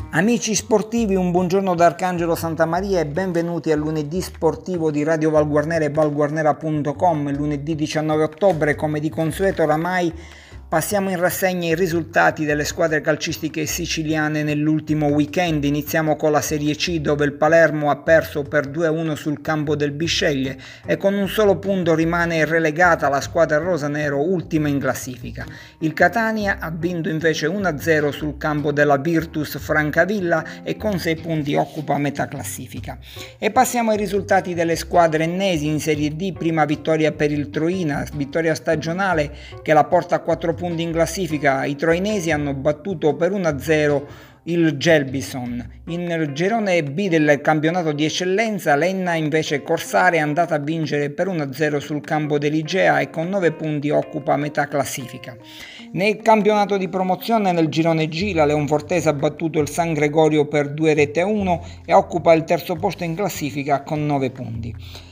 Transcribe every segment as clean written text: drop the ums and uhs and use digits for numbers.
Amici sportivi, un buongiorno da Arcangelo Santamaria e benvenuti al lunedì sportivo di Radio Valguarnera e valguarnera.com. Lunedì 19 ottobre, come di consueto oramai, passiamo in rassegna i risultati delle squadre calcistiche siciliane nell'ultimo weekend. Iniziamo con la Serie C, dove il Palermo ha perso per 2-1 sul campo del Bisceglie e con un solo punto rimane relegata la squadra rosanero, ultima in classifica. Il Catania ha vinto invece 1-0 sul campo della Virtus Francavilla e con 6 punti occupa metà classifica. E passiamo ai risultati delle squadre ennesi in Serie D. Prima vittoria per il Troina, vittoria stagionale che la porta a 4 punti in classifica. I troinesi hanno battuto per 1-0 il Gelbison. In girone B del campionato di eccellenza, l'Enna invece Corsare è andata a vincere per 1-0 sul campo dell'Igea e con 9 punti occupa metà classifica. Nel campionato di promozione nel girone G, la Leonfortese ha battuto il San Gregorio per 2-1 e occupa il terzo posto in classifica con 9 punti.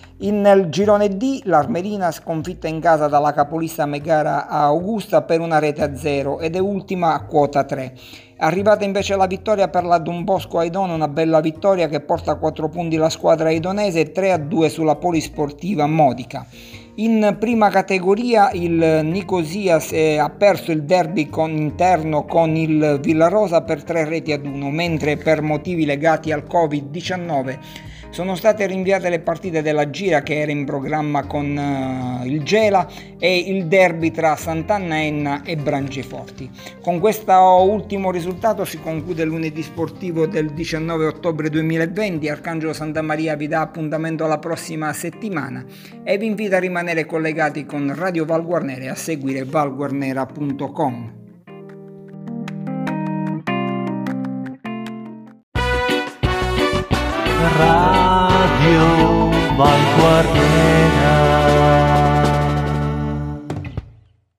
Nel girone D, l'Armerina sconfitta in casa dalla capolista Megara a Augusta per 1-0 ed è ultima a quota 3. Arrivata invece la vittoria per la Don Bosco Aidone, una bella vittoria che porta a 4 punti la squadra aidonese e 3-2 sulla polisportiva Modica. In prima categoria il Nicosia ha perso il derby interno con il Villarosa per 3-1, mentre per motivi legati al Covid-19 sono state rinviate le partite della gira che era in programma con il Gela e il derby tra Sant'Anna Enna e Branciforti. Con questo ultimo risultato si conclude il lunedì sportivo del 19 ottobre 2020. Arcangelo Santamaria vi dà appuntamento alla prossima settimana e vi invita a rimanere collegati con Radio Valguarnera e a seguire valguarnera.com. Radio Valguarnera.